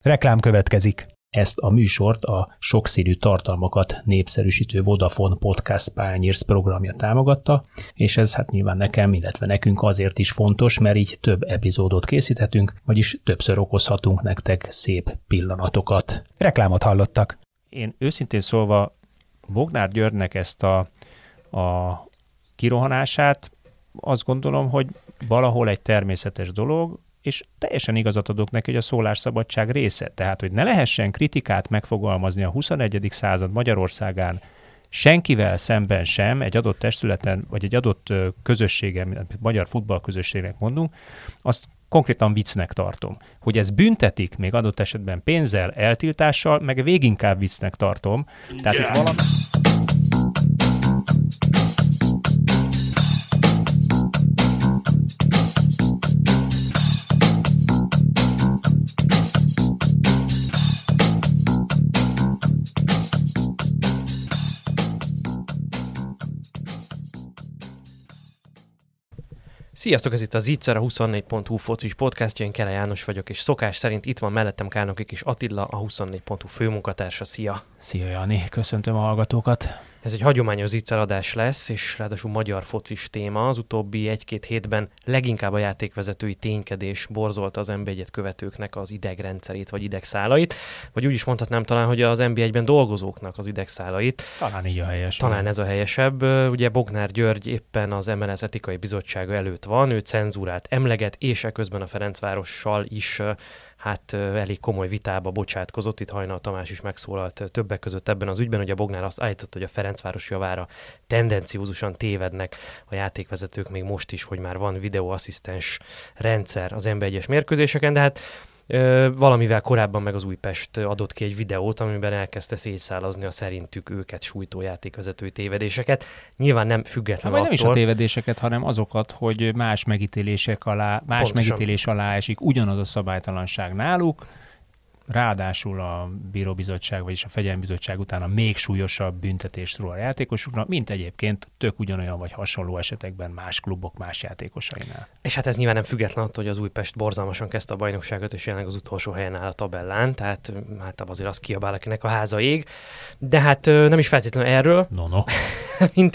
Reklám következik. Ezt a műsort a sokszínű tartalmakat népszerűsítő Vodafone Podcast Pioneers programja támogatta, és ez hát nyilván nekem, illetve nekünk azért is fontos, mert így több epizódot készíthetünk, vagyis többször okozhatunk nektek szép pillanatokat. Reklámot hallottak. Én őszintén szólva Bognár Györgynek ezt a kirohanását azt gondolom, hogy valahol egy természetes dolog, és teljesen igazat adok neki, hogy a szólásszabadság része. Tehát, hogy ne lehessen kritikát megfogalmazni a 21. század Magyarországán senkivel szemben sem, egy adott testületen, vagy egy adott közösségen, magyar futballközösségnek mondunk, azt konkrétan viccnek tartom. Hogy ez büntetik, még adott esetben pénzzel, eltiltással, meg véginkább viccnek tartom. Tehát itt valami... Sziasztok, ez itt a Zicser, a 24.hu focis podcastja, én Kele János vagyok, és szokás szerint itt van mellettem Kálnoki és Attila, a 24.hu főmunkatársa. Szia! Szia Jani, köszöntöm a hallgatókat! Ez egy hagyományos Zicser adás lesz, és ráadásul magyar focis téma. Az utóbbi egy-két hétben leginkább a játékvezetői ténykedés borzolta az NB1-et követőknek az idegrendszerét, vagy idegszálait, vagy úgy is mondhatnám talán, hogy az NB1-ben dolgozóknak az idegszálait. Talán így a helyes. Talán ez a helyesebb. Ugye Bognár György éppen az MLS etikai bizottsága előtt van, ő cenzúrát emleget, és eközben a Ferencvárossal is elég komoly vitába bocsátkozott. Itt Hajnal Tamás is megszólalt többek között ebben az ügyben, hogy a Bognár azt állította, hogy a Ferencváros javára tendenciózusan tévednek a játékvezetők még most is, hogy már van videóasszisztens rendszer az NB1-es mérkőzéseken, de hát valamivel korábban meg az Újpest adott ki egy videót, amiben elkezdte szétszálazni a szerintük őket sújtó játékvezetői tévedéseket. Nyilván nem független attól. Nem is a tévedéseket, hanem azokat, hogy más megítélés alá esik ugyanaz a szabálytalanság náluk, ráadásul a bíróbizottság, vagyis a fegyelmbizottság utána még súlyosabb büntetést ró a játékosoknak, mint egyébként tök ugyanolyan vagy hasonló esetekben más klubok más játékosainál. És hát ez nyilván nem független attól, hogy az Újpest borzalmasan kezdte a bajnokságot, és jelenleg az utolsó helyen áll a tabellán, tehát általában azért az kiabál, akinek a háza ég. De hát nem is feltétlenül erről, mint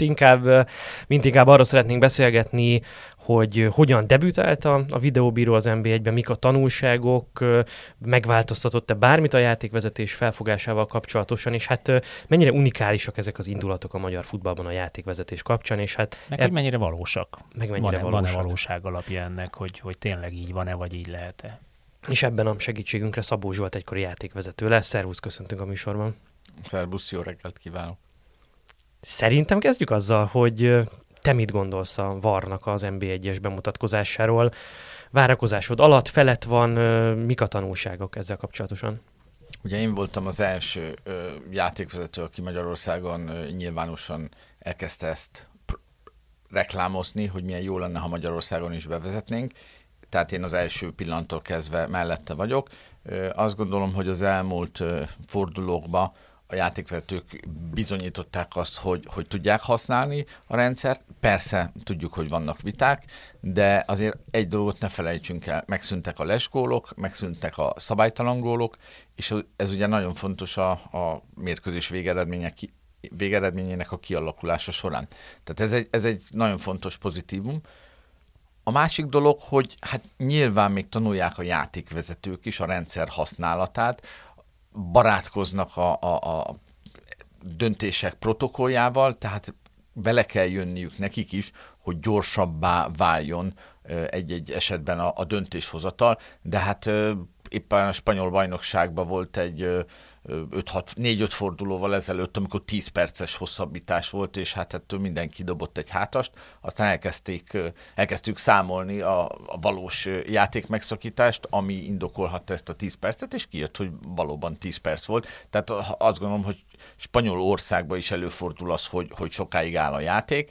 inkább arról szeretnénk beszélgetni, hogy hogyan debütált a videóbíró az NB1-ben, mik a tanulságok, megváltoztatott-e bármit a játékvezetés felfogásával kapcsolatosan, és hát mennyire unikálisak ezek az indulatok a magyar futballban a játékvezetés kapcsán, és hát... hogy mennyire valósak. Van-e valóság alapja ennek, hogy tényleg így van-e, vagy így lehet-e? És ebben a segítségünkre Szabó Zsolt egykori játékvezető lesz. Szervusz, köszöntünk a műsorban. Szervusz, jó reggelt kívánok. Szerintem kezdjük azzal, hogy te mit gondolsz a VAR-nak az NB1-es bemutatkozásáról? Várakozásod alatt, felett van, mik a tanulságok ezzel kapcsolatosan? Ugye én voltam az első játékvezető, aki Magyarországon nyilvánosan elkezdte ezt reklámozni, hogy milyen jó lenne, ha Magyarországon is bevezetnénk. Tehát én az első pillanattól kezdve mellette vagyok. Azt gondolom, hogy az elmúlt fordulókban a játékvezetők bizonyították azt, hogy tudják használni a rendszert. Persze tudjuk, hogy vannak viták, de azért egy dolgot ne felejtsünk el. Megszűntek a lesgólok, megszűntek a szabálytalan gólok, és ez ugye nagyon fontos a mérkőzés végeredményének a kialakulása során. Tehát ez egy nagyon fontos pozitívum. A másik dolog, hogy hát nyilván még tanulják a játékvezetők is a rendszer használatát, barátkoznak a döntések protokolljával, tehát bele kell jönniük nekik is, hogy gyorsabbá váljon egy-egy esetben a döntéshozatal, de hát éppen a spanyol bajnokságban volt egy 4-5 fordulóval ezelőtt, amikor 10 perces hosszabbítás volt, és hát ettől mindenki dobott egy hátast, aztán elkezdtük számolni a valós játékmegszakítást, ami indokolhatta ezt a 10 percet, és kijött, hogy valóban 10 perc volt. Tehát azt gondolom, hogy Spanyolországban is előfordul az, hogy sokáig áll a játék.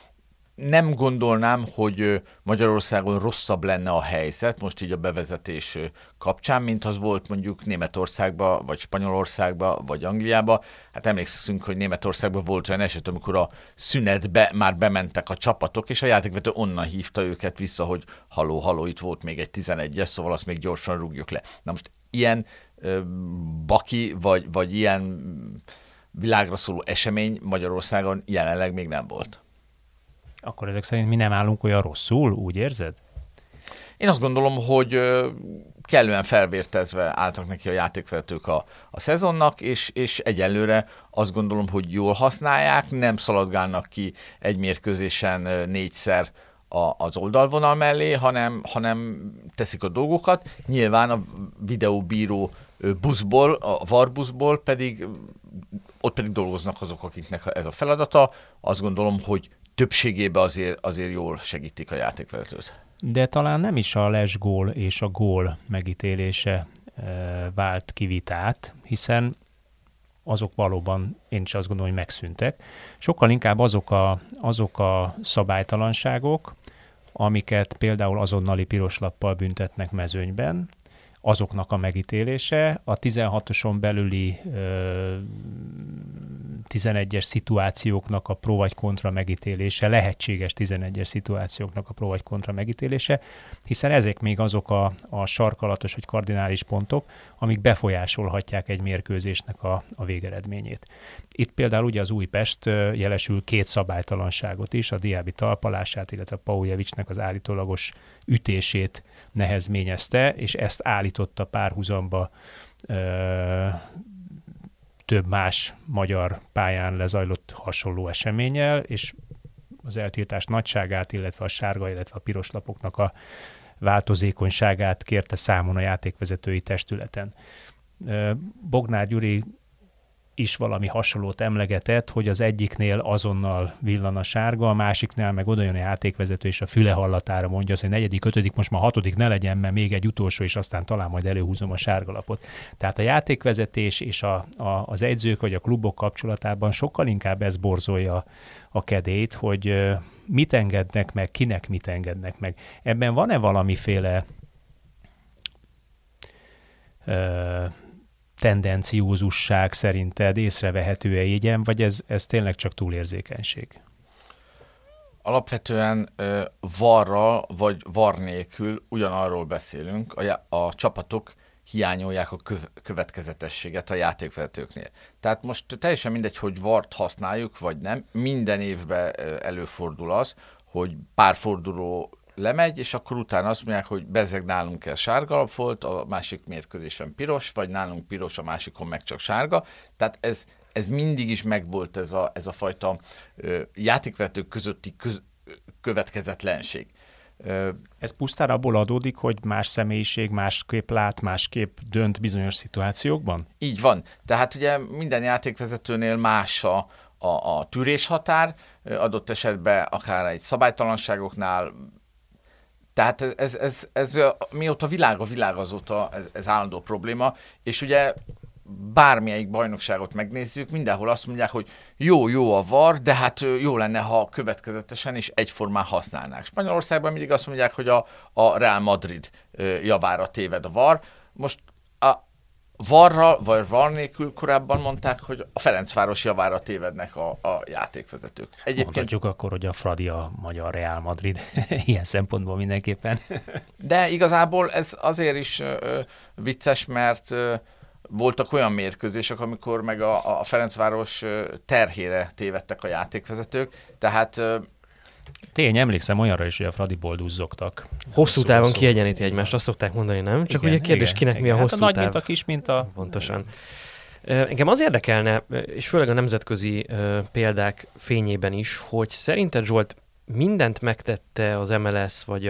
Nem gondolnám, hogy Magyarországon rosszabb lenne a helyzet most így a bevezetés kapcsán, mint az volt mondjuk Németországban, vagy Spanyolországban, vagy Angliában. Hát emlékszünk, hogy Németországban volt olyan eset, amikor a szünetbe már bementek a csapatok, és a játékvezető onnan hívta őket vissza, hogy haló, itt volt még egy 11-es, szóval azt még gyorsan rúgjuk le. Na most ilyen baki, vagy ilyen világra szóló esemény Magyarországon jelenleg még nem volt. Akkor ezek szerint mi nem állunk olyan rosszul, úgy érzed? Én azt gondolom, hogy kellően felvértezve álltak neki a játékvezetők a szezonnak, és egyelőre azt gondolom, hogy jól használják, nem szaladgálnak ki egy mérkőzésen 4-szer az oldalvonal mellé, hanem teszik a dolgokat. Nyilván a videóbíró buszból, a VAR buszból ott pedig dolgoznak azok, akiknek ez a feladata. Azt gondolom, hogy többségében azért jól segítik a játékvezetőt. De talán nem is a lesgól és a gól megítélése vált ki vitát, hiszen azok valóban, én is azt gondolom, hogy megszűntek. Sokkal inkább azok a szabálytalanságok, amiket például azonnali piros lappal büntetnek mezőnyben, azoknak a megítélése, a 16-oson belüli 11-es szituációknak a pro vagy kontra megítélése, lehetséges 11-es szituációknak a pro vagy kontra megítélése, hiszen ezek még azok a sarkalatos vagy kardinális pontok, amik befolyásolhatják egy mérkőzésnek a végeredményét. Itt például ugye az Újpest jelesül 2 szabálytalanságot is, a Diaby talpalását, illetve a Paujevicsnek az állítólagos ütését nehezményezte, és ezt állította párhuzamba több más magyar pályán lezajlott hasonló eseménnyel, és az eltiltás nagyságát, illetve a sárga, illetve a piros lapoknak a változékonyságát kérte számon a játékvezetői testületen. Bognár Gyuri is valami hasonlót emlegetett, hogy az egyiknél azonnal villan a sárga, a másiknál meg odajön a játékvezető, és a füle hallatára mondja azt, hogy 4., 5., most már 6. ne legyen, mert még egy utolsó, és aztán talán majd előhúzom a sárgalapot. Tehát a játékvezetés és az edzők vagy a klubok kapcsolatában sokkal inkább ez borzolja a kedélyt, hogy mit engednek meg, kinek mit engednek meg. Ebben van-e valamiféle tendenciózusság szerinted észrevehető-e igyen, vagy ez tényleg csak túlérzékenység? Alapvetően VAR-ral vagy VAR nélkül ugyanarról beszélünk, a csapatok hiányolják a következetességet a játékvezetőknél. Tehát most teljesen mindegy, hogy VAR-t használjuk, vagy nem, minden évben előfordul az, hogy pár forduló lemegy, és akkor utána azt mondják, hogy bezzeg nálunk ez sárgalap volt, a másik mérkőzésen piros, vagy nálunk piros, a másikon meg csak sárga. Tehát ez mindig is megvolt ez a fajta játékvezetők közötti következetlenség. Ez pusztán abból adódik, hogy más személyiség másképp lát, másképp dönt bizonyos szituációkban? Így van. Tehát ugye minden játékvezetőnél más a tűréshatár, adott esetben akár egy szabálytalanságoknál. Tehát ez mióta a világ azóta ez állandó probléma, és ugye bármelyik bajnokságot megnézzük, mindenhol azt mondják, hogy jó a VAR, de hát jó lenne, ha következetesen és egyformán használnák. Spanyolországban mindig azt mondják, hogy a Real Madrid javára téved a VAR. Most a VAR-ral vagy VAR nélkül korábban mondták, hogy a Ferencváros javára tévednek a játékvezetők. Mondhatjuk akkor, hogy a Fradi a magyar Real Madrid ilyen szempontból mindenképpen. De igazából ez azért is vicces, mert voltak olyan mérkőzések, amikor meg a Ferencváros terhére tévedtek a játékvezetők, tehát... Tény, emlékszem olyanra is, hogy a Fradiból duzzogtak. Hosszú távon kiegyeníti egymást, azt szokták mondani, nem? Csak ugye kérdés, kinek mi a hosszú táv. A nagy mint a kis minta. Pontosan. Engem az érdekelne, és főleg a nemzetközi példák fényében is, hogy szerinted, Zsolt, mindent megtette az MLS vagy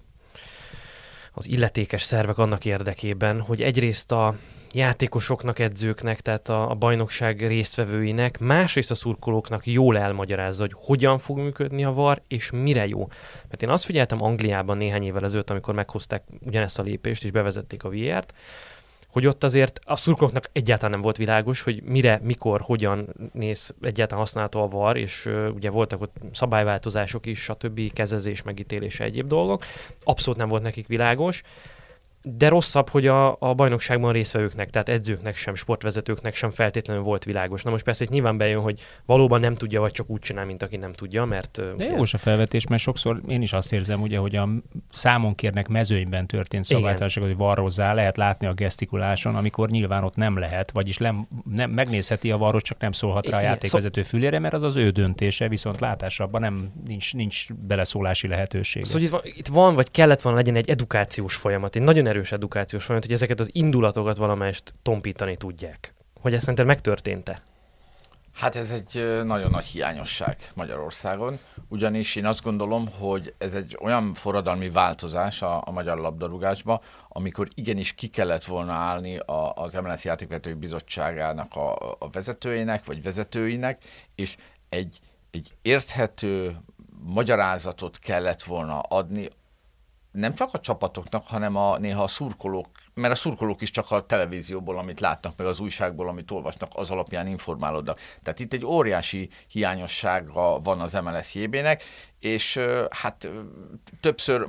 az illetékes szervek annak érdekében, hogy egyrészt a játékosoknak, edzőknek, tehát a bajnokság résztvevőinek, másrészt a szurkolóknak jól elmagyarázza, hogy hogyan fog működni a VAR, és mire jó. Mert én azt figyeltem Angliában néhány évvel ezelőtt, amikor meghozták ugyanezt a lépést, és bevezették a VAR-t, hogy ott azért a szurkolóknak egyáltalán nem volt világos, hogy mire, mikor, hogyan néz egyáltalán használható a VAR, és ugye voltak ott szabályváltozások is, stb. Kezezés, megítélése, egyéb dolgok. Abszolút nem volt nekik világos. de rosszabb, hogy a bajnokságban résztvevőknek, tehát edzőknek sem, sportvezetőknek sem feltétlenül volt világos. Na most persze itt nyilván bejön, hogy valóban nem tudja, vagy csak úgy csinál, mint aki nem tudja, mert... De jó a felvetés, mert sokszor én is azt érzem, ugye, hogy a számon kérnek mezőnyben történt szabálytalanság, hogy varrozzá, lehet látni a gesztikuláson, amikor nyilván ott nem lehet, vagyis nem megnézheti a varrot, csak nem szólhat rá a játékvezető fülére, mert az ő döntése, viszont látásabban nincs beleszólási lehetőség. Szóval itt van, vagy kellett volna legyen egy edukációs folyamat, egy nagyon erős edukációs folyamat, hogy ezeket az indulatokat valamelyest tompítani tudják. Hogy ez szerinted megtörtént-e? Hát ez egy nagyon nagy hiányosság Magyarországon, ugyanis én azt gondolom, hogy ez egy olyan forradalmi változás a magyar labdarúgásban, amikor igenis ki kellett volna állni az MLS Játékvezetői Bizottságának a vezetőjének, vagy vezetőinek, és egy érthető magyarázatot kellett volna adni nem csak a csapatoknak, hanem néha a szurkolók, mert a szurkolók is csak a televízióból, amit látnak, meg az újságból, amit olvasnak, az alapján informálódnak. Tehát itt egy óriási hiányossága van az MLS JB-nek, és hát többször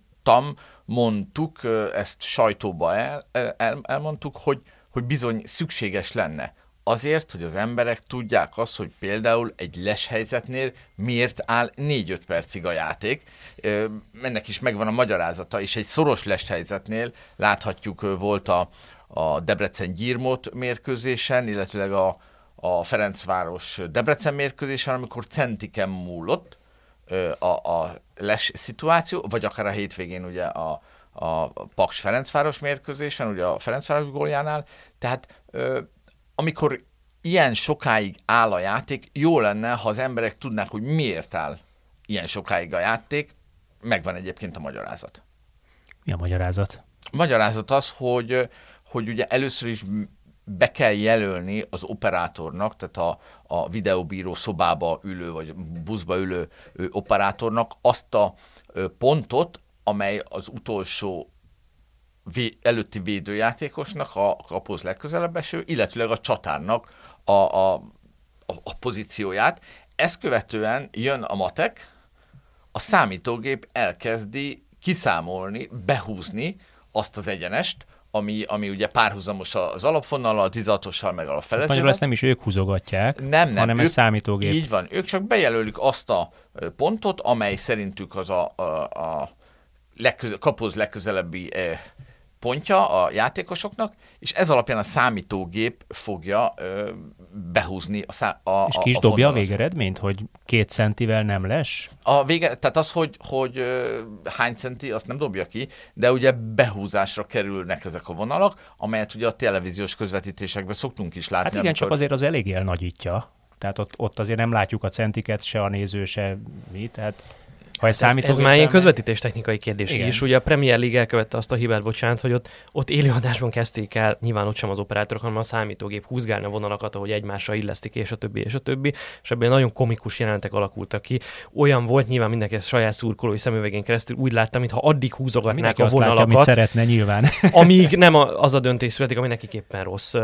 mondtuk, ezt sajtóba elmondtuk, hogy bizony szükséges lenne. Azért, hogy az emberek tudják azt, hogy például egy leshelyzetnél miért áll 4-5 percig a játék. Ennek is megvan a magyarázata, és egy szoros leshelyzetnél láthatjuk, volt a Debrecen-Gyirmót mérkőzésen, illetőleg a Ferencváros Debrecen mérkőzésen, amikor centiken múlott a les szituáció, vagy akár a hétvégén ugye a Paks Ferencváros mérkőzésen, ugye a Ferencváros góljánál. Tehát amikor ilyen sokáig áll a játék, jó lenne, ha az emberek tudnák, hogy miért áll ilyen sokáig a játék. Megvan egyébként a magyarázat. Mi a magyarázat? A magyarázat az, hogy ugye először is be kell jelölni az operátornak, tehát a videóbíró szobába ülő, vagy buszba ülő operátornak azt a pontot, amely az utolsó előtti védőjátékosnak, a kapuhoz legközelebb eső, illetőleg a csatárnak a pozícióját. Ezt követően jön a matek, a számítógép elkezdi kiszámolni, behúzni azt az egyenest, ami ugye párhuzamos az alapvonallal, a 16-ossal, meg a felezővel. Magyarul ezt nem is ők húzogatják, hanem ez számítógép. Így van, ők csak bejelölik azt a pontot, amely szerintük az a kapuhoz legközelebbi pontja a játékosoknak, és ez alapján a számítógép fogja behúzni és ki is dobja a végeredményt, hogy 2 centivel nem les? Tehát az, hogy hány centi, azt nem dobja ki, de ugye behúzásra kerülnek ezek a vonalak, amelyet ugye a televíziós közvetítésekben szoktunk is látni. Hát igen, csak azért az elég elnagyítja. Tehát ott azért nem látjuk a centiket, se a néző, se mi, tehát... Ez már ilyen közvetítés technikai kérdés. Igen. És ugye a Premier League elkövette azt a hibát, bocsánat, hogy ott élőadásban kezdték el, nyilván ott sem az operátorok, hanem a számítógép húzgálni a vonalakat, ahogy egymásra illesztik, és a többi, és ebben nagyon komikus jelenetek alakultak ki. Olyan volt, nyilván mindenki ezt saját szurkolói szemüvegén keresztül úgy láttam, mintha addig húzogatnák a vonalakat, látja, amit szeretne nyilván. Amíg nem az a döntés születik, ami nekik rossz.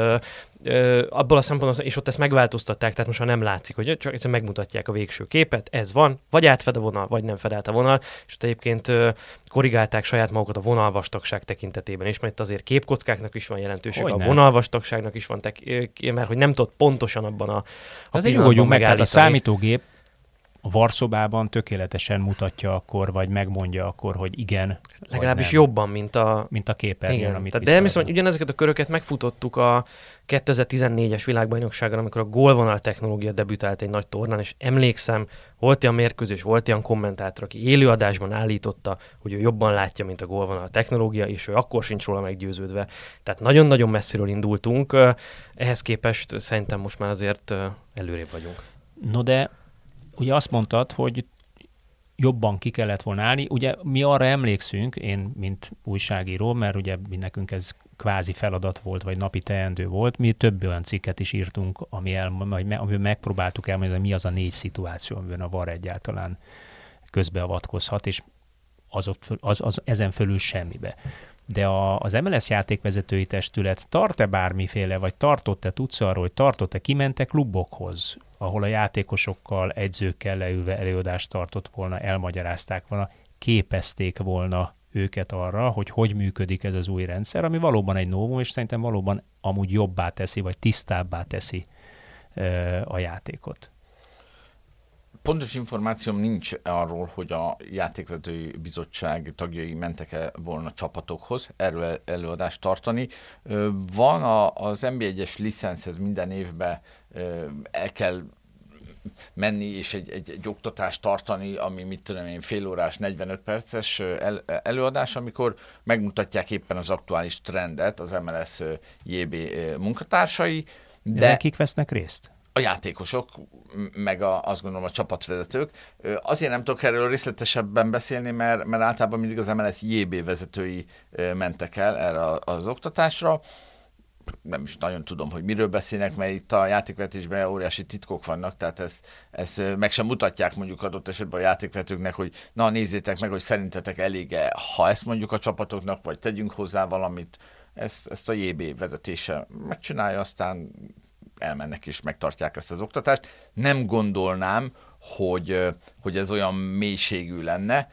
Abból a szempontból, és ott ezt megváltoztatták, tehát most már nem látszik, hogy csak egyszerűen megmutatják a végső képet, ez van, vagy átfed a vonal, vagy nem fed át a vonal, és ott egyébként korrigálták saját magukat a vonalvastagság tekintetében, és mert azért képkockáknak is van jelentősége, a vonalvastagságnak is van, mert hogy nem tudod pontosan abban a azért nyugodjunk meg, tehát a számítógép a varszobában tökéletesen mutatja akkor, vagy megmondja akkor, hogy igen. Legalábbis jobban, mint a képernyőn, amit de elhiszem, hogy ugyanezeket a köröket megfutottuk a 2014-es világbajnokságon, amikor a gólvonal technológia debütált egy nagy tornán, és emlékszem, volt olyan mérkőzés, volt olyan kommentátor, aki élőadásban állította, hogy ő jobban látja, mint a gólvonal technológia, és ő akkor sincs róla meggyőződve. Tehát nagyon-nagyon messziről indultunk, ehhez képest szerintem most már azért előrébb vagyunk. No de ugye azt mondtad, hogy jobban ki kellett volna állni. Ugye mi arra emlékszünk, én mint újságíró, mert ugye nekünk ez kvázi feladat volt, vagy napi teendő volt, mi több olyan cikket is írtunk, amiben megpróbáltuk elmondani, hogy mi az a 4 szituáció, amiben a VAR egyáltalán közbeavatkozhat, és az ezen fölül semmibe. De az MLS játékvezetői testület tart-e bármiféle, vagy tudsz arról, hogy tartott-e, kimentek klubokhoz, ahol a játékosokkal, edzőkkel leülve előadást tartott volna, elmagyarázták volna, képezték volna őket arra, hogy működik ez az új rendszer, ami valóban egy novum, és szerintem valóban amúgy jobbá teszi, vagy tisztábbá teszi a játékot. Pontos információm nincs arról, hogy a játékvezetői bizottság tagjai mentek-e volna csapatokhoz erről előadást tartani. Van az NB1-es licenszhez minden évben el kell menni és egy oktatást tartani, ami mit tudom én, fél órás, 45 perces előadás, amikor megmutatják éppen az aktuális trendet az MLS JB munkatársai. De kik vesznek részt? A játékosok, meg azt gondolom a csapatvezetők. Azért nem tudok erről részletesebben beszélni, mert általában mindig az MLS JB vezetői mentek el erre az oktatásra. Nem is nagyon tudom, hogy miről beszélnek, mert itt a játékvetésben óriási titkok vannak, tehát ezt meg sem mutatják mondjuk adott esetben a játékvetőknek, hogy na nézzétek meg, hogy szerintetek elég-e, ha ezt mondjuk a csapatoknak, vagy tegyünk hozzá valamit. Ezt a JB vezetése megcsinálja, aztán elmennek és megtartják ezt az oktatást. Nem gondolnám, hogy ez olyan mélységű lenne,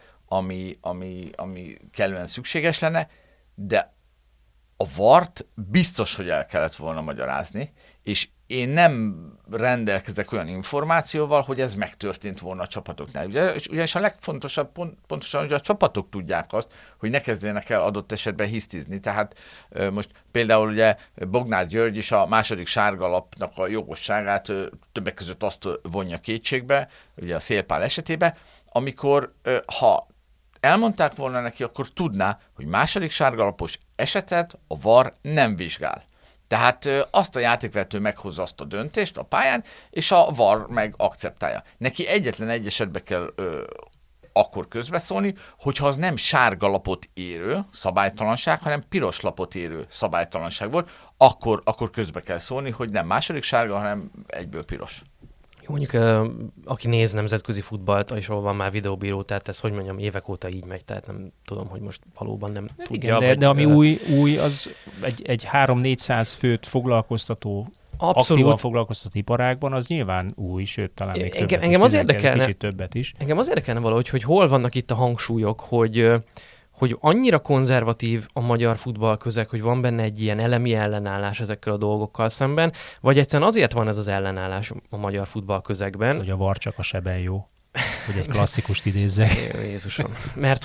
ami kellően szükséges lenne, de a VAR-t biztos, hogy el kellett volna magyarázni, és én nem rendelkezek olyan információval, hogy ez megtörtént volna a csapatoknál. Ugyanis a legfontosabb pontosan, hogy a csapatok tudják azt, hogy ne kezdjenek el adott esetben hisztizni. Tehát most például ugye Bognár György is a második sárgalapnak a jogosságát többek között azt vonja kétségbe, ugye a Szélpál esetében, amikor ha elmondták volna neki, akkor tudná, hogy második sárgalapos esetet a VAR nem vizsgál. Tehát azt a játékvezető meghozza azt a döntést a pályán, és a VAR meg akceptálja. Neki egyetlen egy esetben kell akkor közbeszólni, hogyha az nem sárga lapot érő szabálytalanság, hanem piros lapot érő szabálytalanság volt, akkor közbe kell szólni, hogy nem második sárga, hanem egyből piros. Mondjuk, aki néz nemzetközi futballt, és ahol van már videóbíró, tehát ez, hogy mondjam, évek óta így megy, tehát nem tudom, hogy most valóban nem tudja. Igen, de ami új, az egy 300-400 főt foglalkoztató, aktívan foglalkoztató iparágban, az nyilván új, sőt, talán még többet engem is, az érdekelne, kicsit többet is. Engem az érdekelne valahogy, hogy hol vannak itt a hangsúlyok, hogy annyira konzervatív a magyar futballközeg, hogy van benne egy ilyen elemi ellenállás ezekkel a dolgokkal szemben, vagy egyszerűen azért van ez az ellenállás a magyar futballközegben. Hogy a VAR csak a seben jó, hogy egy klasszikust idézzek. Jézusom. Mert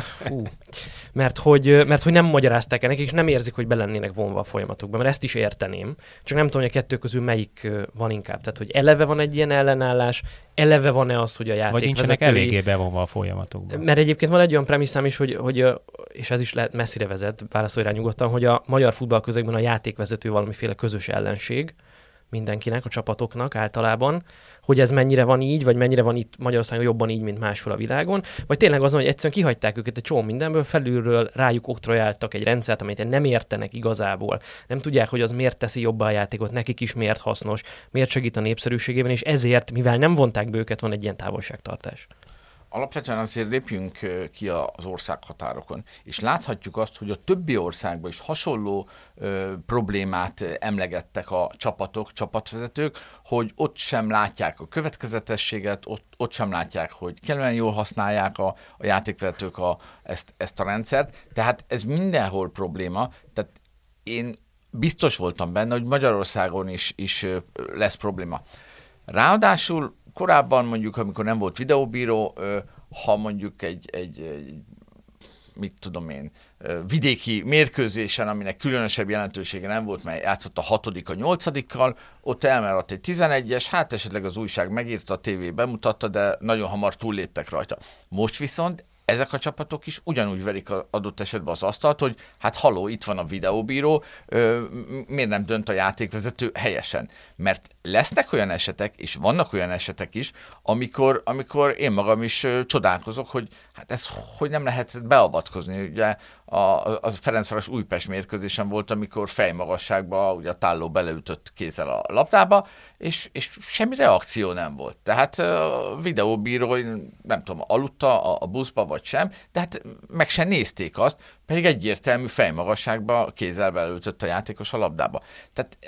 hogy nem magyarázták el nekik, és nem érzik, hogy be lennének vonva a folyamatokba, mert ezt is érteném. Csak nem tudom, hogy a kettő közül melyik van inkább. Tehát, hogy eleve van egy ilyen ellenállás, eleve van-e az, hogy a játékvezetői... Vagy nincsenek eléggé bevonva a folyamatokban. Mert egyébként van egy olyan premisszám is, hogy és ez is lehet messzire vezet, válaszolj rá nyugodtan, hogy a magyar futballközegben a játékvezető valamiféle közös ellenség mindenkinek, a csapatoknak általában, hogy ez mennyire van így, vagy mennyire van itt Magyarországon jobban így, mint máshol a világon, vagy tényleg azon, hogy egyszerűen kihagyták őket egy csomó mindenből, felülről rájuk oktrojáltak egy rendszert, amit nem értenek igazából. Nem tudják, hogy az miért teszi jobbá a játékot, nekik is miért hasznos, miért segít a népszerűségében, és ezért, mivel nem vonták be őket, van egy ilyen távolságtartás. Alapvetően azért lépjünk ki az országhatárokon, és láthatjuk azt, hogy a többi országban is hasonló problémát emlegettek a csapatok, csapatvezetők, hogy ott sem látják a következetességet, ott sem látják, hogy kellően jól használják a játékvezetők ezt a rendszert, tehát ez mindenhol probléma, tehát én biztos voltam benne, hogy Magyarországon is lesz probléma. Ráadásul korábban mondjuk, amikor nem volt videóbíró, ha mondjuk egy mit tudom én, vidéki mérkőzésen, aminek különösebb jelentősége nem volt, mert játszott a 6. a 8-kal, ott elmaradt egy 11-es, hát esetleg az újság megírta, a tévé bemutatta, de nagyon hamar túlléptek rajta. Most viszont ezek a csapatok is ugyanúgy verik adott esetben az asztalt, hogy hát haló, itt van a videóbíró, miért nem dönt a játékvezető helyesen? Mert lesznek olyan esetek, és vannak olyan esetek is, amikor én magam is csodálkozok, hogy hát ez hogy nem lehet beavatkozni. Ugye a Ferencváros Újpest mérkőzésen volt, amikor fejmagasságban ugye a Tálló beleütött kézzel a labdába, és semmi reakció nem volt. Tehát a videóbíró, nem tudom, aludta a buszba vagy sem, de hát meg sem nézték azt, pedig egyértelmű fejmagasságban kézzel beleütött a játékos a labdába. Tehát,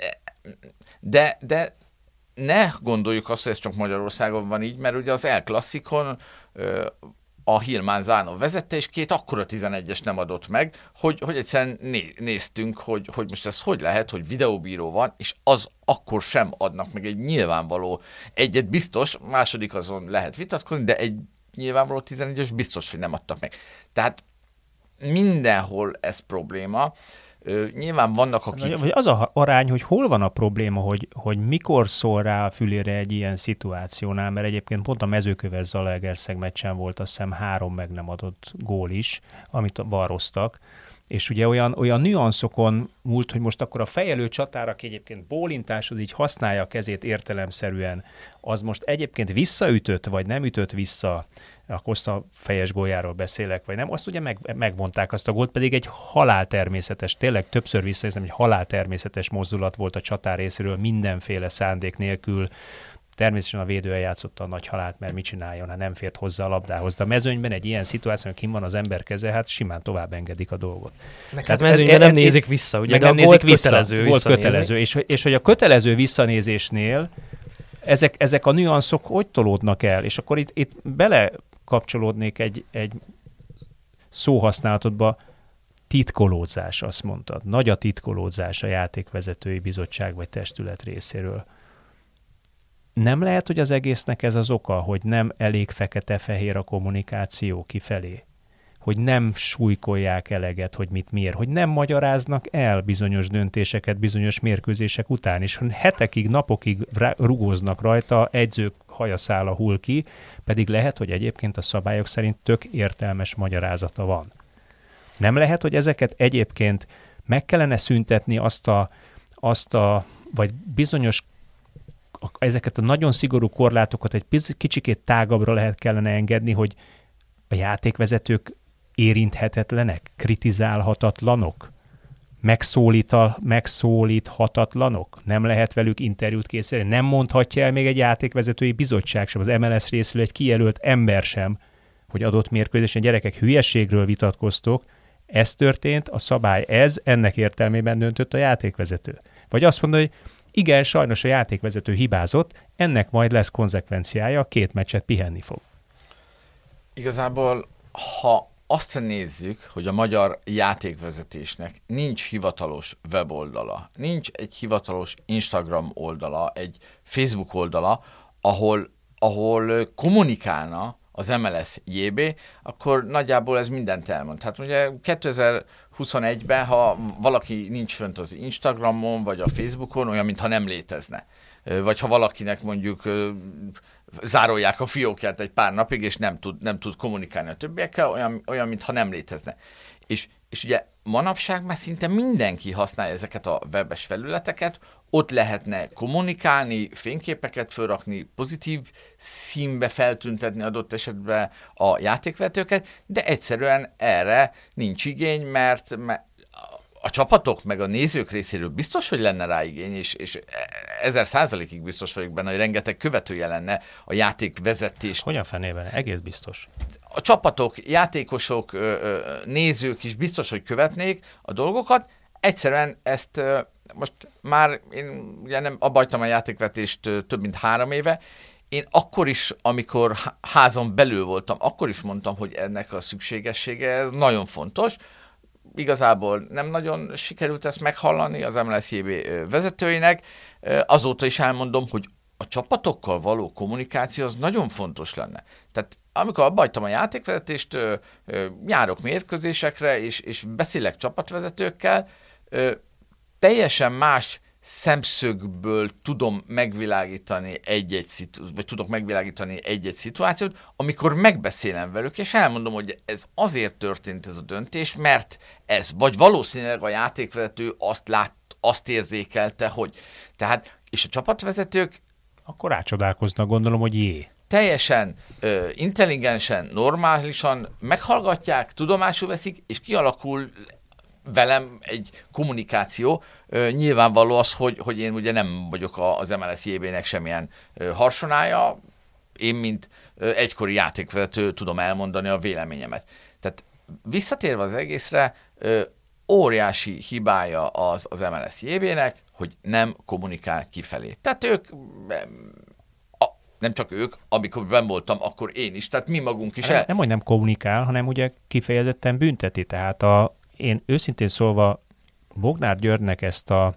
de ne gondoljuk azt, hogy ez csak Magyarországon van így, mert ugye az El Clasicon a Hilmán Zánó vezette, és 2 akkora 11-es nem adott meg, hogy egyszerűen néztünk, hogy most ez hogy lehet, hogy videóbíró van, és az akkor sem adnak meg egy nyilvánvaló, egyet biztos, második azon lehet vitatkozni, de egy nyilvánvaló 11-es biztos, hogy nem adtak meg. Tehát mindenhol ez probléma. Nyilván vannak, akik... Vagy az a arány, hogy hol van a probléma, hogy mikor szól rá a fülére egy ilyen szituációnál, mert egyébként pont a Mezőköves-Zalaegerszeg meccsen volt, azt hiszem 3 meg nem adott gól is, amit varroztak, és ugye olyan nüanszokon múlt, hogy most akkor a fejelő csatár, aki egyébként bólintásod így használja a kezét értelemszerűen, az most egyébként visszaütött, vagy nem ütött vissza, a Costa fejes góljáról beszélek, vagy nem, azt ugye megvonták azt a gólt, pedig egy haláltermészetes, tényleg többször visszaérzem, egy haláltermészetes mozdulat volt a csatár részéről, mindenféle szándék nélkül. Természetesen a védő eljátszotta a nagy halált, mert mit csináljon, ha nem fért hozzá a labdához. De a mezőnyben egy ilyen szituáció, kim van az ember keze, hát simán tovább engedik a dolgot. Tehát mezőnyben nem nézik vissza, ugye, de a volt kötelező kötelező, és hogy a kötelező visszanézésnél ezek a nüanszok hogy tolódnak el, és akkor itt bele kapcsolódnék egy szóhasználatodba, titkolódzás, azt mondtad. Nagy a titkolódzás a játékvezetői bizottság vagy testület részéről. Nem lehet, hogy az egésznek ez az oka, hogy nem elég fekete-fehér a kommunikáció kifelé? Hogy nem súlykolják eleget, hogy mit miért? Hogy nem magyaráznak el bizonyos döntéseket bizonyos mérkőzések után, és hetekig, napokig rugóznak rajta, edzők hajaszála hull ki, pedig lehet, hogy egyébként a szabályok szerint tök értelmes magyarázata van. Nem lehet, hogy ezeket egyébként meg kellene szüntetni azt a vagy bizonyos ezeket a nagyon szigorú korlátokat egy kicsikét tágabbra kellene engedni, hogy a játékvezetők érinthetetlenek, kritizálhatatlanok, megszólíthatatlanok, nem lehet velük interjút készíteni, nem mondhatja el még egy játékvezetői bizottság sem, az MLS részről egy kijelölt ember sem, hogy adott mérkőzésen gyerekek hülyeségről vitatkoztok, ez történt, a szabály ennek értelmében döntött a játékvezető. Vagy azt mondja, hogy igen, sajnos a játékvezető hibázott, ennek majd lesz konzekvenciája, 2 meccset pihenni fog. Igazából, ha azt nézzük, hogy a magyar játékvezetésnek nincs hivatalos weboldala, nincs egy hivatalos Instagram oldala, egy Facebook oldala, ahol kommunikálna az MLS JB, akkor nagyjából ez mindent elmond. Hát ugye 2021-ben, ha valaki nincs fönt az Instagramon, vagy a Facebookon, olyan, mintha nem létezne. Vagy ha valakinek mondjuk zárolják a fiókját egy pár napig, és nem tud kommunikálni a többiekkel, olyan mintha nem létezne. És ugye manapság már szinte mindenki használja ezeket a webes felületeket, ott lehetne kommunikálni, fényképeket fölrakni, pozitív színbe feltüntetni adott esetben a játékvetőket, de egyszerűen erre nincs igény, mert a csapatok meg a nézők részéről biztos, hogy lenne rá igény, és 1000%-ig biztos vagyok benne, hogy rengeteg követője lenne a játékvezetés. Hogyan fenében? Egész biztos. A csapatok, játékosok, nézők is biztos, hogy követnék a dolgokat. Egyszerűen ezt most már én ugye nem abba hagytam a játékvetést több mint 3 éve. Én akkor is, amikor házon belül voltam, akkor is mondtam, hogy ennek a szükségessége nagyon fontos. Igazából nem nagyon sikerült ezt meghallani az MLS-JB vezetőinek. Azóta is elmondom, hogy a csapatokkal való kommunikáció az nagyon fontos lenne. Tehát amikor abba hagytam a játékvezetést, járok mérkőzésekre, és beszélek csapatvezetőkkel, teljesen más szemszögből tudom megvilágítani egy-egy szituációt, amikor megbeszélem velük, és elmondom, hogy ez azért történt ez a döntés, mert ez, vagy valószínűleg a játékvezető azt érzékelte, hogy. Tehát, és a csapatvezetők akkor rácsodálkoznak, gondolom, hogy teljesen intelligensen, normálisan meghallgatják, tudomásul veszik, és kialakul velem egy kommunikáció. Nyilvánvaló az, hogy én ugye nem vagyok az MLS JB-nek semmilyen harsonája, én, mint egykori játékvezető tudom elmondani a véleményemet. Tehát visszatérve az egészre, óriási hibája az MLS JB-nek, hogy nem kommunikál kifelé. Tehát ők nem csak ők, amikor benn voltam, akkor én is, tehát mi magunk is Nem, hogy nem kommunikál, hanem ugye kifejezetten bünteti. Tehát én őszintén szólva Bognár Györgynek ezt a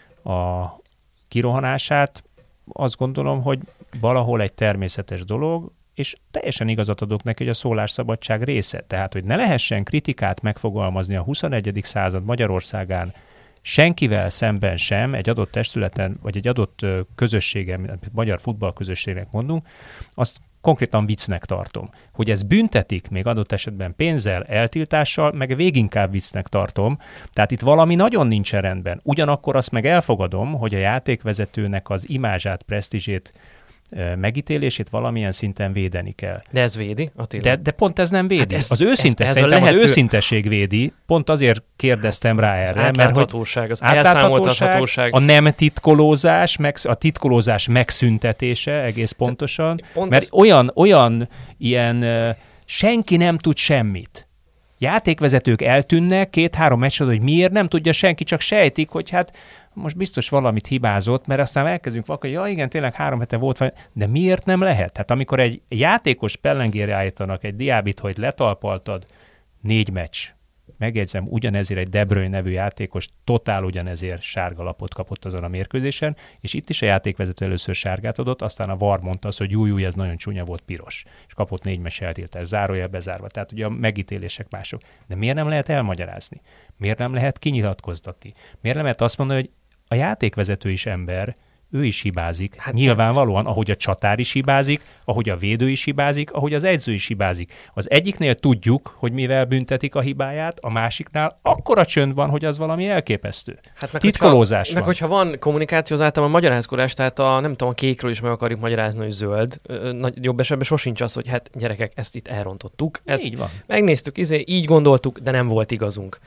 kirohanását azt gondolom, hogy valahol egy természetes dolog, és teljesen igazat adok neki, hogy a szólásszabadság része. Tehát, hogy ne lehessen kritikát megfogalmazni a 21. század Magyarországán senkivel szemben sem, egy adott testületen, vagy egy adott közösségen, magyar futballközösségnek mondunk, azt konkrétan viccnek tartom. Hogy ez büntetik még adott esetben pénzzel, eltiltással, meg véginkább viccnek tartom. Tehát itt valami nagyon nincsen rendben. Ugyanakkor azt meg elfogadom, hogy a játékvezetőnek az imázsát, presztízsét, megítélését valamilyen szinten védeni kell. De ez védi, Attila? De pont ez nem védi. Hát az őszintesség védi, pont azért kérdeztem rá erre. Az átláthatóság, az elszámoltathatóság. A nem titkolózás, a titkolózás megszüntetése egész pontosan, mert olyan ilyen senki nem tud semmit. Játékvezetők eltűnnek 2-3 meccs, hogy miért nem tudja senki, csak sejtik, hogy hát most biztos valamit hibázott, mert aztán elkezdünk vakar, hogy ja igen, tényleg 3 hete volt, de miért nem lehet? Tehát amikor egy játékos pellengére állítanak egy Diabit, hogy letalpaltad 4 meccs, megjegyzem, ugyanezért egy De Bruyne nevű játékos totál ugyanezért sárga lapot kapott azon a mérkőzésen, és itt is a játékvezető először sárgát adott, aztán a VAR mondta azt, hogy júj, ez nagyon csúnya volt, piros, és kapott 4 meccs eltiltást, zárójel bezárva. Tehát ugye a megítélések mások. De miért nem lehet elmagyarázni? Miért nem lehet kinyilatkoztatni? Miért nem lehet azt mondani, hogy a játékvezető is ember, ő is hibázik. Hát nyilvánvalóan, ahogy a csatár is hibázik, ahogy a védő is hibázik, ahogy az edző is hibázik. Az egyiknél tudjuk, hogy mivel büntetik a hibáját, a másiknál akkora csönd van, hogy az valami elképesztő. Hát titkolózás van. Meg hogyha van kommunikáció, az általában a magyarázkodás, tehát nem tudom, a kékről is meg akarjuk magyarázni, hogy zöld. Jobb esetben sosincs az, hogy hát gyerekek, ezt itt elrontottuk. Ezt így van. Megnéztük, így gondoltuk, de nem volt igazunk.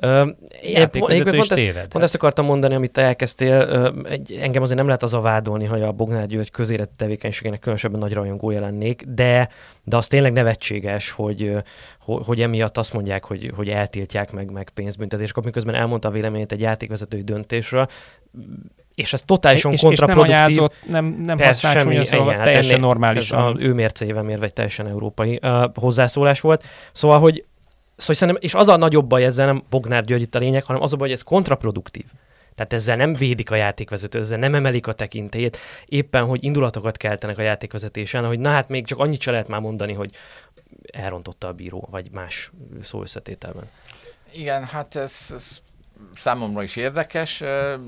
Pont ezt akartam mondani, amit te elkezdtél. Engem azért nem lehet az a vádolni, hogy a Bognár György közéleti tevékenységének különösebben nagy rajongója lennék, de az tényleg nevetséges, hogy emiatt azt mondják, hogy eltiltják meg pénzbüntetést kap, miközben elmondta a véleményét egy játékvezetői döntésről, és ez totálisan kontraproduktív. Nem használt csúnya szóval, teljesen normálisan. Ő mércével mérve egy teljesen európai hozzászólás volt. Szóval, hogy szerintem, és az a nagyobb baj ezzel, nem Bognár György itt a lényeg, hanem az a baj, hogy ez kontraproduktív. Tehát ezzel nem védik a játékvezetőt, ezzel nem emelik a tekintélyét, éppen, hogy indulatokat keltenek a játékvezetésen, hogy na hát még csak annyit se lehet már mondani, hogy elrontotta a bíró, vagy más szó összetételben. Igen, hát ez számomra is érdekes.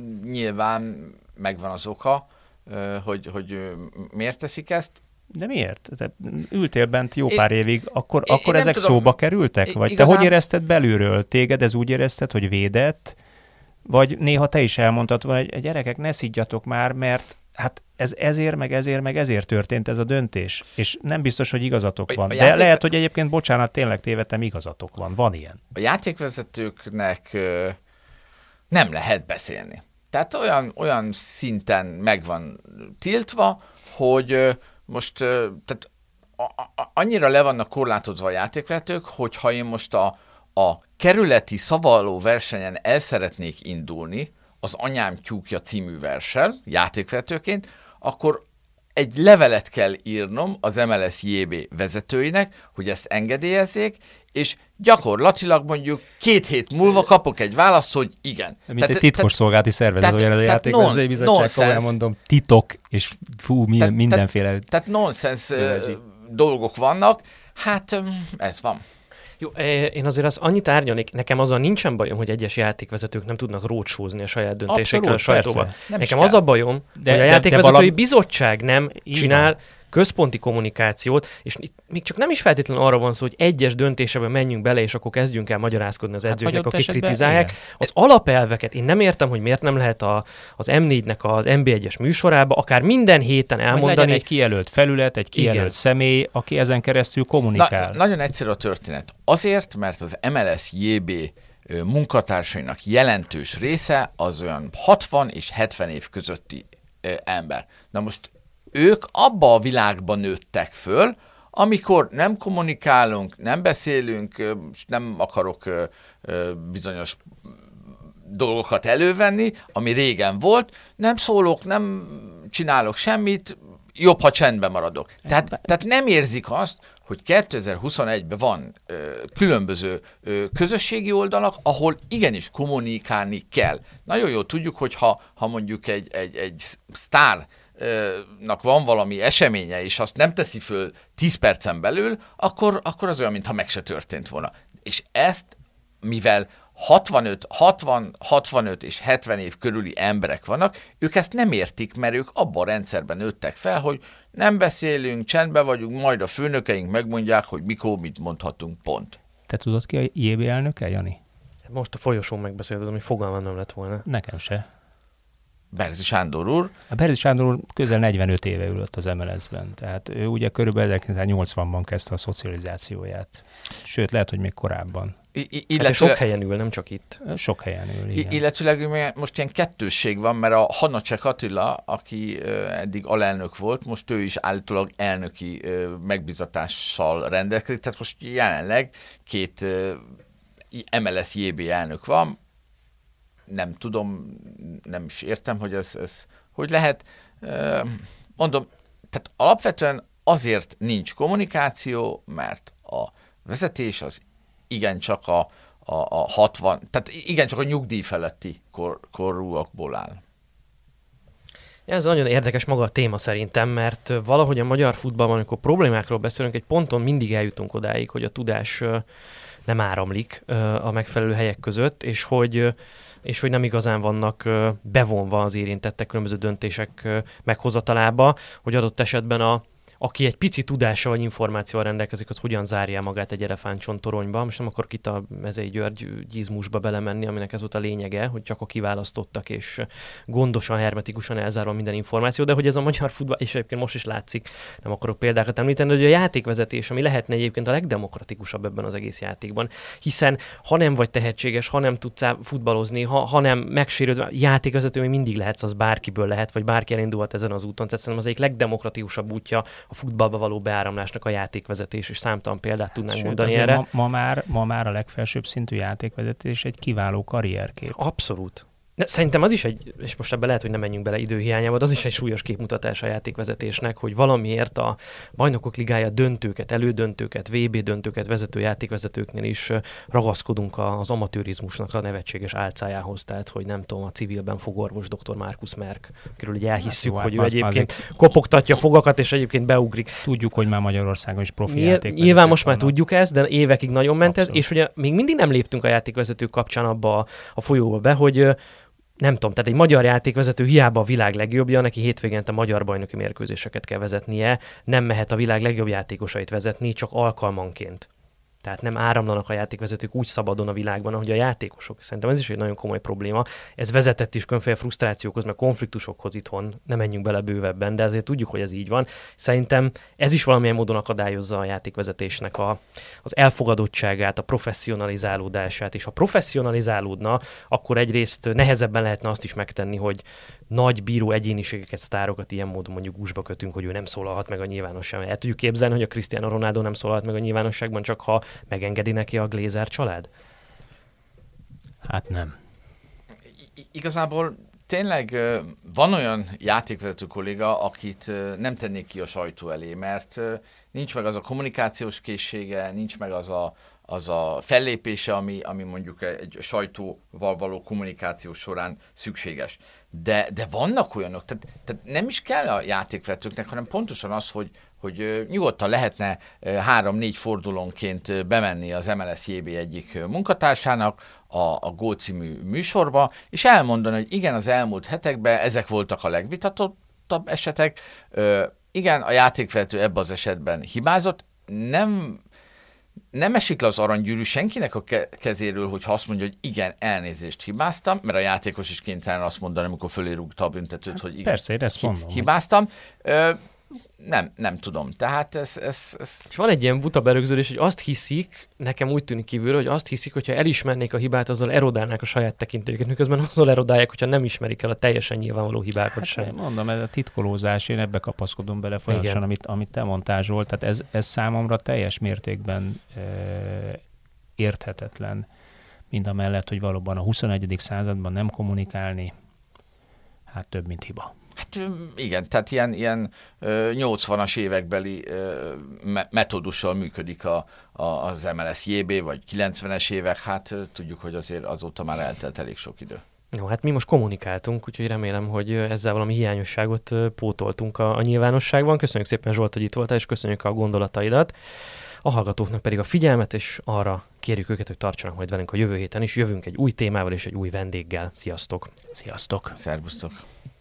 Nyilván megvan az oka, hogy miért teszik ezt. De miért? Te ültél bent jó pár évig, akkor ezek tudom, szóba kerültek? Vagy te hogy érezted belülről? Téged ez úgy érezted, hogy védett? Vagy néha te is elmondtad, hogy gyerekek, ne szidjatok már, mert hát ez ezért történt ez a döntés. És nem biztos, hogy igazatok van. De lehet, hogy egyébként, bocsánat, tényleg tévedtem, igazatok van. Van ilyen. A játékvezetőknek nem lehet beszélni. Tehát olyan szinten meg van tiltva, hogy most tehát annyira le vannak korlátozva a játékvezetők, hogyha én most a kerületi szavaló versenyen el szeretnék indulni, az Anyám tyúkja című verssel, játékvezetőként, akkor egy levelet kell írnom az MLS JB vezetőinek, hogy ezt engedélyezzék, és gyakorlatilag mondjuk 2 hét múlva kapok egy választ, hogy igen. Mint egy titkosszolgálati szervezet, olyan ez a játékvezetői bizottság, komolyan mondom, titok, és mindenféle... Tehát nonsens dolgok vannak, hát ez van. Jó, én azért annyit árnyalnék, nekem azzal nincsen bajom, hogy egyes játékvezetők nem tudnak rócsózni a saját döntésekkel a sajtóba. Nekem az a bajom, hogy a játékvezetői bizottság nem csinál központi kommunikációt, és még csak nem is feltétlenül arra van szó, hogy egyes döntésebe menjünk bele, és akkor kezdjünk el magyarázkodni az edzőknek, akik kritizálják. Igen. Az alapelveket én nem értem, hogy miért nem lehet az M4-nek az NB1-es műsorába akár minden héten elmondani. Hogy legyen egy kijelölt felület, egy kijelölt személy, aki ezen keresztül kommunikál. Nagyon egyszerű a történet. Azért, mert az MLS JB munkatársainak jelentős része az olyan 60 és 70 év közötti ember. Na most ők abba a világban nőttek föl, amikor nem kommunikálunk, nem beszélünk, nem akarok bizonyos dolgokat elővenni, ami régen volt, nem szólok, nem csinálok semmit, jobb, ha csendben maradok. Tehát nem érzik azt, hogy 2021-ben van különböző közösségi oldalak, ahol igenis kommunikálni kell. Nagyon jól tudjuk, hogy ha mondjuk egy sztárnak van valami eseménye, és azt nem teszi föl 10 percen belül, akkor az olyan, mintha meg se történt volna. És ezt, mivel 65 és 70 év körüli emberek vannak, ők ezt nem értik, mert ők abban a rendszerben nőttek fel, hogy nem beszélünk, csendben vagyunk, majd a főnökeink megmondják, hogy mikor mit mondhatunk, pont. Te tudod ki a JB elnöke, Jani? Most a folyosón megbeszélted, ami fogalmam nem lett volna. Nekem se. Berzi Sándor úr. A Berzi Sándor úr közel 45 éve ülött az MLS-ben, tehát ő ugye körülbelül 1980-ban kezdte a szocializációját. Sőt, lehet, hogy még korábban. Hát sok helyen ül, nem csak itt. Sok helyen ül, igen. Illetőleg most ilyen kettősség van, mert a Hanacek Attila, aki eddig alelnök volt, most ő is állítólag elnöki megbizatással rendelkezik, tehát most jelenleg 2 MLS JB elnök van. Nem tudom, nem is értem, hogy ez hogy lehet. Mondom, tehát alapvetően azért nincs kommunikáció, mert a vezetés az igencsak a 60, tehát igencsak a nyugdíj feletti korúakból áll. Ez nagyon érdekes maga a téma szerintem, mert valahogy a magyar futballban, amikor problémákról beszélünk, egy ponton mindig eljutunk odáig, hogy a tudás nem áramlik a megfelelő helyek között, és hogy nem igazán vannak bevonva az érintettek különböző döntések meghozatalába, hogy adott esetben aki egy pici tudással vagy információval rendelkezik, az hogyan zárja magát egy elefántcsontoronyba. Most nem akarok itt a Mezei György gyizmusba belemenni, aminek ez volt a lényege, hogy csak a kiválasztottak és gondosan, hermetikusan elzárva minden információ, de hogy ez a magyar futball, és egyébként most is látszik, nem akarok példákat említeni, hogy a játékvezetés, ami lehetne egyébként a legdemokratikusabb ebben az egész játékban, hiszen ha nem vagy tehetséges, ha nem tudsz futballozni, ha nem megsérülve, játékvezető még mindig lehetsz, az bárkiből lehet, vagy bárki elindulhat ezen az úton. Tehát szerintem az egyik legdemokratikusabb útja a futballba való beáramlásnak a játékvezetés, és számtalan példát tudnánk mondani erre. Ma már a legfelsőbb szintű játékvezetés egy kiváló karrierkép. Abszolút. De szerintem az is és most ebben lehet, hogy nem menjünk bele időhiányába, de az is egy súlyos képmutatás a játékvezetésnek, hogy valamiért a Bajnokok Ligája döntőket, elődöntőket, VB döntőket vezető játékvezetőknél is ragaszkodunk az amatőrizmusnak a nevetséges álcájához, tehát hogy nem tudom, a civilben fogorvos dr. Markus Merk, akiről ugye elhisszük, hogy ő egyébként kopogtatja fogakat, és egyébként beugrik. Tudjuk, hogy már Magyarországon is profi játékvezetők nyilván most már tudjuk ezt, de évekig nagyon ment ez, és ugye még mindig nem léptünk a játékvezetők kapcsán abba a folyóba be, hogy nem tudom, tehát egy magyar játékvezető hiába a világ legjobbja, neki hétvégente magyar bajnoki mérkőzéseket kell vezetnie, nem mehet a világ legjobb játékosait vezetni, csak alkalmanként. Tehát nem áramlanak a játékvezetők úgy szabadon a világban, ahogy a játékosok. Szerintem ez is egy nagyon komoly probléma. Ez vezetett is különféle frusztrációkhoz, meg konfliktusokhoz itthon. Nem menjünk bele bővebben, de azért tudjuk, hogy ez így van. Szerintem ez is valamilyen módon akadályozza a játékvezetésnek az elfogadottságát, a professzionalizálódását. És ha professzionalizálódna, akkor egyrészt nehezebben lehetne azt is megtenni, hogy nagy bíró egyéniségeket, sztárokat ilyen módon mondjuk gúzsba kötünk, hogy ő nem szólalhat meg a nyilvánosságban. El tudjuk képzelni, hogy a Cristiano Ronaldo nem szólalhat meg a nyilvánosságban, csak ha megengedi neki a Glazer család? Hát nem. Igazából tényleg van olyan játékvezető kolléga, akit nem tennék ki a sajtó elé, mert nincs meg az a kommunikációs készsége, nincs meg az a fellépése, ami mondjuk egy sajtóval való kommunikáció során szükséges. De vannak olyanok, tehát nem is kell a játékvezetőknek, hanem pontosan az, hogy nyugodtan lehetne 3-4 fordulónként bemenni az MLS JB egyik munkatársának a Gól című műsorba, és elmondani, hogy igen, az elmúlt hetekben ezek voltak a legvitatottabb esetek, igen, a játékvezető ebben az esetben hibázott, nem esik le az aranygyűrű senkinek a kezéről, hogyha azt mondja, hogy igen, elnézést hibáztam, mert a játékos is kénytelen azt mondani, amikor fölé rúgta a büntetőt, hogy igen, persze, én ezt mondom, hibáztam. Nem tudom. Tehát ez... És van egy ilyen buta berögződés, hogy azt hiszik, nekem úgy tűnik kívülről, hogy azt hiszik, hogyha elismernék a hibát, azzal erodálnák a saját tekintélyüket, miközben azzal erodálják, hogyha nem ismerik el a teljesen nyilvánvaló hibákat sem. Mondom, ez a titkolózás, én ebbe kapaszkodom bele folyamatosan, amit te mondtál, Zsolt, tehát ez számomra teljes mértékben érthetetlen, mind a mellett, hogy valóban a 21. században nem kommunikálni, hát több, mint hiba. Hát igen, tehát ilyen 80-as évekbeli metódussal működik az MLS JB, vagy 90-es évek, hát tudjuk, hogy azért azóta már eltelt elég sok idő. Jó, hát mi most kommunikáltunk, úgyhogy remélem, hogy ezzel valami hiányosságot pótoltunk a nyilvánosságban. Köszönjük szépen, Zsolt, hogy itt voltál, és köszönjük a gondolataidat. A hallgatóknak pedig a figyelmet, és arra kérjük őket, hogy tartsanak majd velünk a jövő héten is. Jövünk egy új témával és egy új vendéggel. Sziasztok! Sziasztok! Szervusztok!